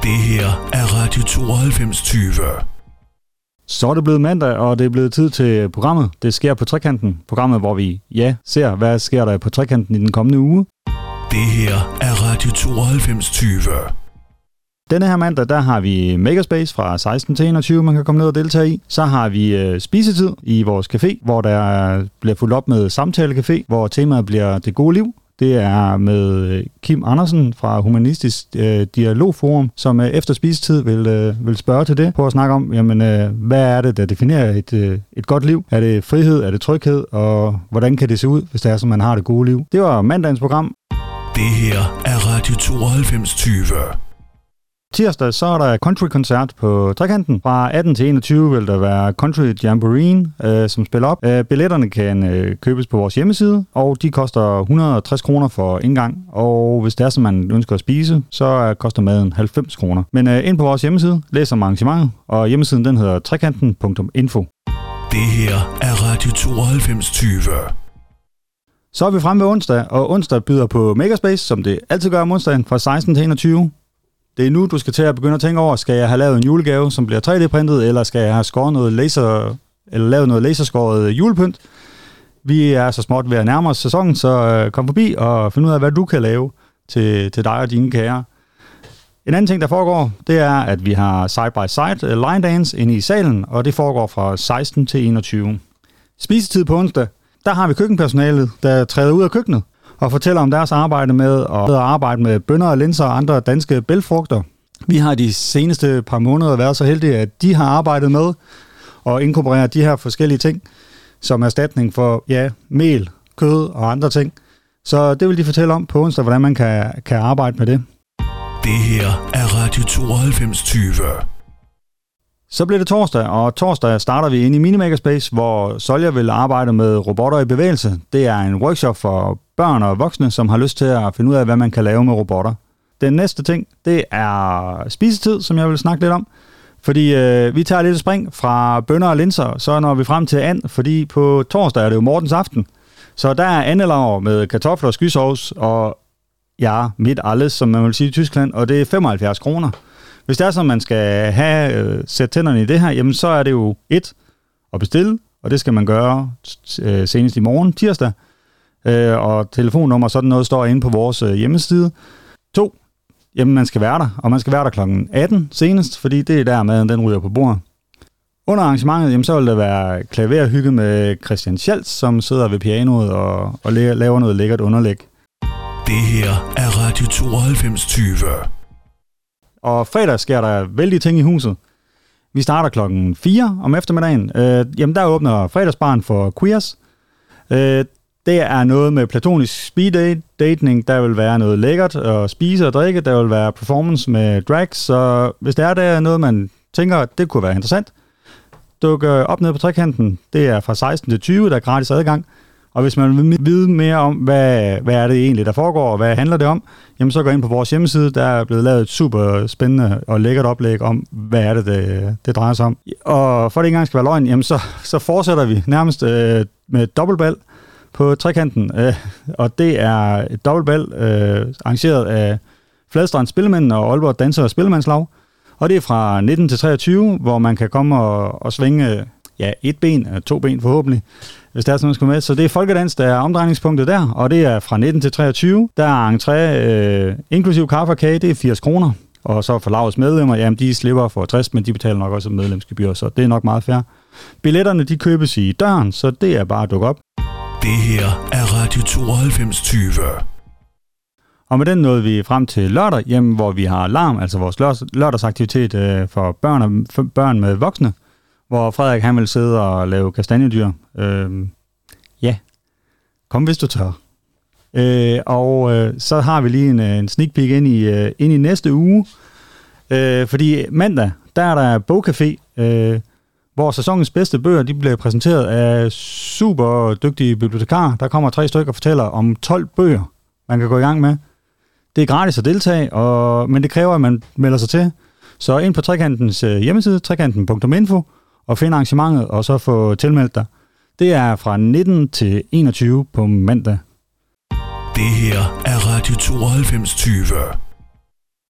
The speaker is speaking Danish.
Det her er Radio 9220. Så er det blevet mandag, og det er blevet tid til programmet. Det sker på Trekanten. Programmet, hvor vi, ser, hvad sker der på Trekanten i den kommende uge. Det her er Radio 9220. Denne her mandag, der har vi Makerspace fra 16 til 21, man kan komme ned og deltage i. Så har vi spisetid i vores café, hvor der bliver fulgt op med samtalecafé, hvor temaet bliver det gode liv. Det er med Kim Andersen fra Humanistisk Dialogforum, som efter spisetid vil spørge til det, på at snakke om, jamen, hvad er det, der definerer et godt liv? Er det frihed? Er det tryghed? Og hvordan kan det se ud, hvis det er, som man har det gode liv? Det var mandagens program. Det her er Radio 9220. Tirsdag, så er der country-koncert på Trekanten. Fra 18 til 21 vil der være Country Jamboree, som spiller op. Billetterne kan købes på vores hjemmeside, og de koster 160 kroner for indgang. Og hvis det er, som man ønsker at spise, så koster maden 90 kroner. Men ind på vores hjemmeside, læs om arrangementet, og hjemmesiden den hedder trekanten.info. Det her er Radio 9220. Så er vi fremme ved onsdag, og onsdag byder på Makerspace, som det altid gør om onsdagen, fra 16 til 21. Det er nu, du skal til at begynde at tænke over, skal jeg have lavet en julegave, som bliver 3D-printet, eller skal jeg have skåret noget lavet noget laserskåret julepynt? Vi er så småt ved at nærme os sæsonen, så kom forbi og find ud af, hvad du kan lave til dig og dine kære. En anden ting, der foregår, det er, at vi har side-by-side line dance inde i salen, og det foregår fra 16 til 21. Spisetid på onsdag, der har vi køkkenpersonalet, der træder ud af køkkenet og fortæller om deres arbejde med bønner og linser og andre danske bælgfrugter. Vi har de seneste par måneder været så heldige, at de har arbejdet med at inkorporere de her forskellige ting som erstatning for mel, kød og andre ting. Så det vil de fortælle om på onsdag, hvordan man kan arbejde med det. Det her er Radio 9220. Så bliver det torsdag, og torsdag starter vi inde i Minimakerspace, hvor Solja vil arbejde med robotter i bevægelse. Det er en workshop for børn og voksne, som har lyst til at finde ud af, hvad man kan lave med robotter. Den næste ting, det er spisetid, som jeg vil snakke lidt om. Fordi vi tager lidt spring fra bønner og linser, så når vi frem til and, fordi på torsdag er det jo Mortens aften. Så der er andelaver med kartofler og skysovs, og midt alles, som man vil sige i Tyskland, og det er 75 kroner. Hvis det er sådan, man skal sætte tænderne i det her, jamen så er det jo 1 at bestille, og det skal man gøre senest i morgen, tirsdag. Og telefonnummer, sådan noget, står inde på vores hjemmeside. 2, jamen man skal være der, og man skal være der klokken 18 senest, fordi det er der maden, den ryger på bordet. Under arrangementet, jamen så vil der være klaverhygge med Christian Schaltz, som sidder ved pianoet og laver noget lækkert underlæg. Det her er Radio 9220. Og fredag sker der vældige ting i huset. Vi starter klokken 4 om eftermiddagen. Jamen der åbner fredagsbaren for queers. Det er noget med platonisk speed dating. Der vil være noget lækkert at spise og drikke. Der vil være performance med drags. Så hvis det er noget, man tænker, det kunne være interessant, duk op ned på Trekanten. Det er fra 16 til 20, der er gratis adgang. Og hvis man vil vide mere om, hvad er det egentlig, der foregår, og hvad handler det om, jamen så gå ind på vores hjemmeside. Der er blevet lavet et super spændende og lækkert oplæg om, hvad er det drejer sig om. Og for det ikke engang skal være løgn, jamen så fortsætter vi nærmest med dobbeltbal på Trekanten. Og det er et dobbeltbal arrangeret af Fladstrand Spillemænd og Aalborg Danser- og Spillemandslag. Og det er fra 19 til 23, hvor man kan komme og svinge 1 ben, 2 ben forhåbentlig, hvis det er sådan, man skal med. Så det er folkedans, der er omdrejningspunktet der, og det er fra 19 til 23. Der er entré, inklusiv kaffe og kage, det er 80 kroner. Og så for lavets medlemmer, jamen de slipper for 60, men de betaler nok også medlemsgebyr, så det er nok meget fair. Billetterne, de købes i døren, så det er bare at dukke op. Det her er Radio 9220. Og med den nåede vi frem til lørdag, jamen, hvor vi har larm, altså vores lørdagsaktivitet for børn med voksne, hvor Frederik han vil sidde og lave kastanjedyr. Kom hvis du tør. Så har vi lige en sneak peek ind i næste uge. Fordi mandag, der er der bogcafé, hvor sæsonens bedste bøger, de bliver præsenteret af super dygtige bibliotekarer. Der kommer 3 stykker og fortæller om 12 bøger, man kan gå i gang med. Det er gratis at deltage, men det kræver, at man melder sig til. Så ind på Trekantens hjemmeside, trekanten.info, og find arrangementet, og så få tilmeldt dig. Det er fra 19 til 21 på mandag. Det her er Radio 9220.